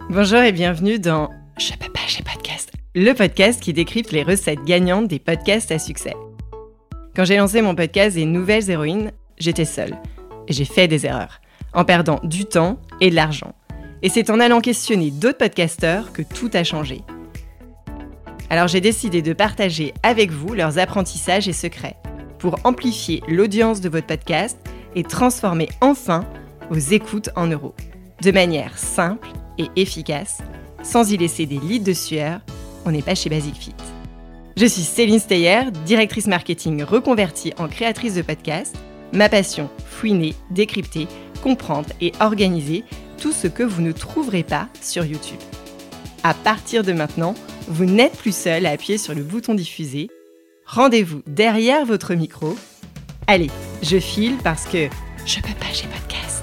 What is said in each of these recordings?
Bonjour et bienvenue dans Je peux pas, j'ai podcast, le podcast qui décrypte les recettes gagnantes des podcasts à succès. Quand j'ai lancé mon podcast des Nouvelles Héroïnes, j'étais seule et j'ai fait des erreurs, en perdant du temps et de l'argent. Et c'est en allant questionner d'autres podcasteurs que tout a changé. Alors j'ai décidé de partager avec vous leurs apprentissages et secrets pour amplifier l'audience de votre podcast et transformer enfin vos écoutes en euros, de manière simple et efficace, sans y laisser des litres de sueur. On n'est pas chez Basic Fit. Je suis Céline Steyer, directrice marketing reconvertie en créatrice de podcast. Ma passion, fouiner, décrypter, comprendre et organiser tout ce que vous ne trouverez pas sur YouTube. À partir de maintenant, vous n'êtes plus seul à appuyer sur le bouton diffuser. Rendez-vous derrière votre micro. Allez, je file parce que je peux pas, j'ai podcast.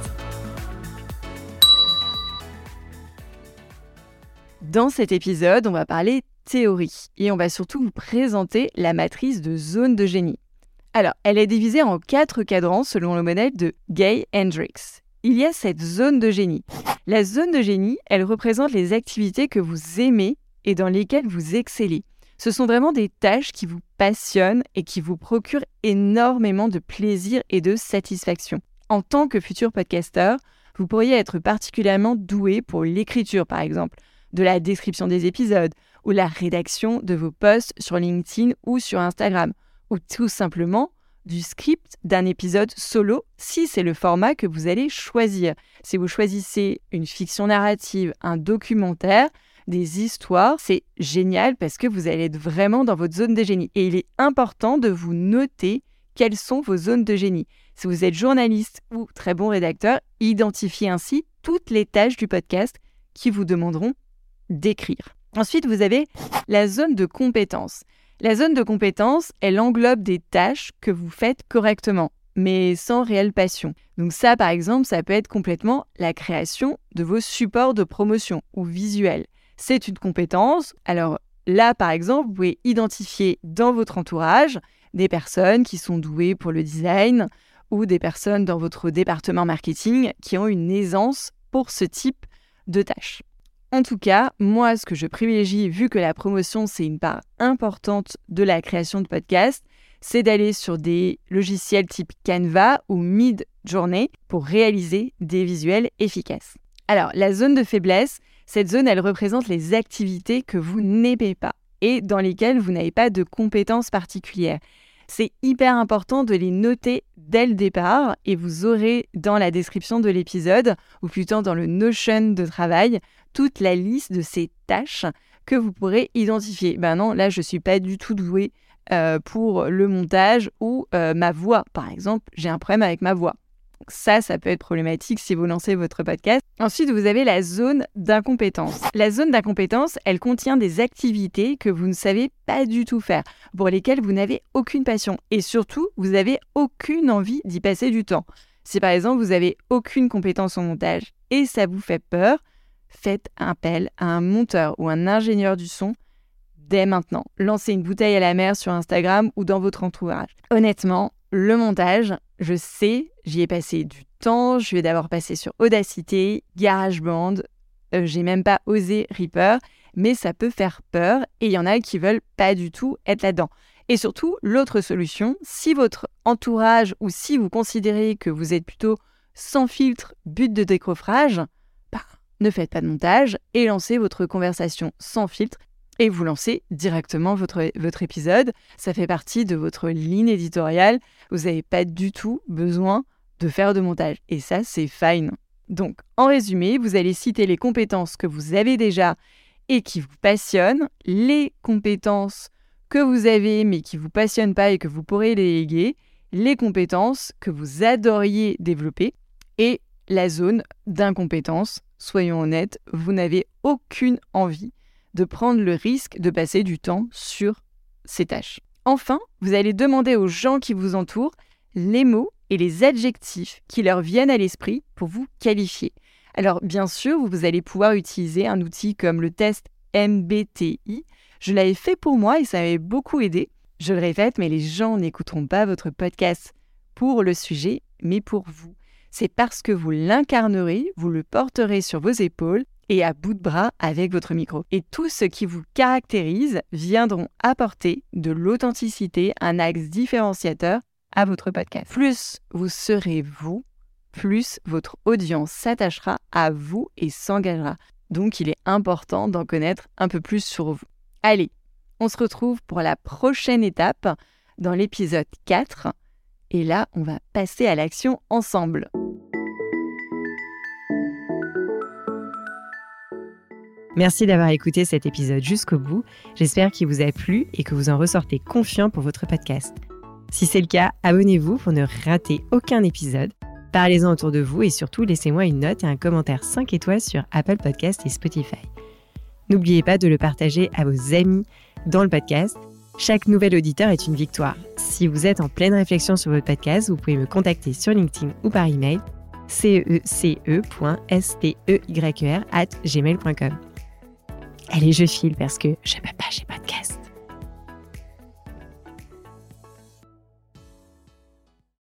Dans cet épisode, on va parler théorie et on va surtout vous présenter la matrice de zone de génie. Alors, elle est divisée en 4 cadrans selon le modèle de Gay Hendricks. Il y a cette zone de génie. La zone de génie, elle représente les activités que vous aimez et dans lesquelles vous excellez. Ce sont vraiment des tâches qui vous passionnent et qui vous procurent énormément de plaisir et de satisfaction. En tant que futur podcasteur, vous pourriez être particulièrement doué pour l'écriture, par exemple, de la description des épisodes ou la rédaction de vos posts sur LinkedIn ou sur Instagram, ou tout simplement du script d'un épisode solo si c'est le format que vous allez choisir. Si vous choisissez une fiction narrative, un documentaire, des histoires, c'est génial parce que vous allez être vraiment dans votre zone de génie. Et il est important de vous noter quelles sont vos zones de génie. Si vous êtes journaliste ou très bon rédacteur, identifiez ainsi toutes les tâches du podcast qui vous demanderont d'écrire. Ensuite, vous avez la zone de compétence. La zone de compétence, elle englobe des tâches que vous faites correctement, mais sans réelle passion. Donc ça, par exemple, ça peut être complètement la création de vos supports de promotion ou visuels. C'est une compétence. Alors là, par exemple, vous pouvez identifier dans votre entourage des personnes qui sont douées pour le design ou des personnes dans votre département marketing qui ont une aisance pour ce type de tâches. En tout cas, moi, ce que je privilégie, vu que la promotion, c'est une part importante de la création de podcasts, c'est d'aller sur des logiciels type Canva ou Midjourney pour réaliser des visuels efficaces. Alors, la zone de faiblesse, cette zone, elle représente les activités que vous n'aimez pas et dans lesquelles vous n'avez pas de compétences particulières. C'est hyper important de les noter dès le départ et vous aurez dans la description de l'épisode, ou plutôt dans le Notion de travail, toute la liste de ces tâches que vous pourrez identifier. Ben non, là, je ne suis pas du tout douée pour le montage ou ma voix. Par exemple, j'ai un problème avec ma voix. Ça peut être problématique si vous lancez votre podcast. Ensuite, vous avez la zone d'incompétence. La zone d'incompétence, elle contient des activités que vous ne savez pas du tout faire, pour lesquelles vous n'avez aucune passion. Et surtout, vous n'avez aucune envie d'y passer du temps. Si par exemple, vous n'avez aucune compétence en montage et ça vous fait peur, faites appel à un monteur ou un ingénieur du son dès maintenant. Lancez une bouteille à la mer sur Instagram ou dans votre entourage. Honnêtement, le montage, je sais, j'y ai passé du temps, je vais d'abord passer sur Audacity, GarageBand, j'ai même pas osé Reaper, mais ça peut faire peur et il y en a qui veulent pas du tout être là-dedans. Et surtout, l'autre solution, si votre entourage ou si vous considérez que vous êtes plutôt sans filtre, but de décoffrage, ne faites pas de montage et lancez votre conversation sans filtre et vous lancez directement votre épisode. Ça fait partie de votre ligne éditoriale. Vous n'avez pas du tout besoin de faire de montage. Et ça, c'est fine. Donc, en résumé, vous allez citer les compétences que vous avez déjà et qui vous passionnent, les compétences que vous avez mais qui ne vous passionnent pas et que vous pourrez déléguer, les compétences que vous adoriez développer et la zone d'incompétence. Soyons honnêtes, vous n'avez aucune envie de prendre le risque de passer du temps sur ces tâches. Enfin, vous allez demander aux gens qui vous entourent les mots et les adjectifs qui leur viennent à l'esprit pour vous qualifier. Alors bien sûr, vous allez pouvoir utiliser un outil comme le test MBTI. Je l'avais fait pour moi et ça m'avait beaucoup aidé. Je le répète, mais les gens n'écouteront pas votre podcast pour le sujet, mais pour vous. C'est parce que vous l'incarnerez, vous le porterez sur vos épaules et à bout de bras avec votre micro. Et tout ce qui vous caractérise viendront apporter de l'authenticité, un axe différenciateur à votre podcast. Plus vous serez vous, plus votre audience s'attachera à vous et s'engagera. Donc, il est important d'en connaître un peu plus sur vous. Allez, on se retrouve pour la prochaine étape dans l'épisode 4. Et là, on va passer à l'action ensemble. Merci d'avoir écouté cet épisode jusqu'au bout. J'espère qu'il vous a plu et que vous en ressortez confiant pour votre podcast. Si c'est le cas, abonnez-vous pour ne rater aucun épisode. Parlez-en autour de vous et surtout, laissez-moi une note et un commentaire 5 étoiles sur Apple Podcasts et Spotify. N'oubliez pas de le partager à vos amis dans le podcast. Chaque nouvel auditeur est une victoire. Si vous êtes en pleine réflexion sur votre podcast, vous pouvez me contacter sur LinkedIn ou par email cece.steyr@gmail.com. Allez, je file parce que je peux pas, j'ai podcast.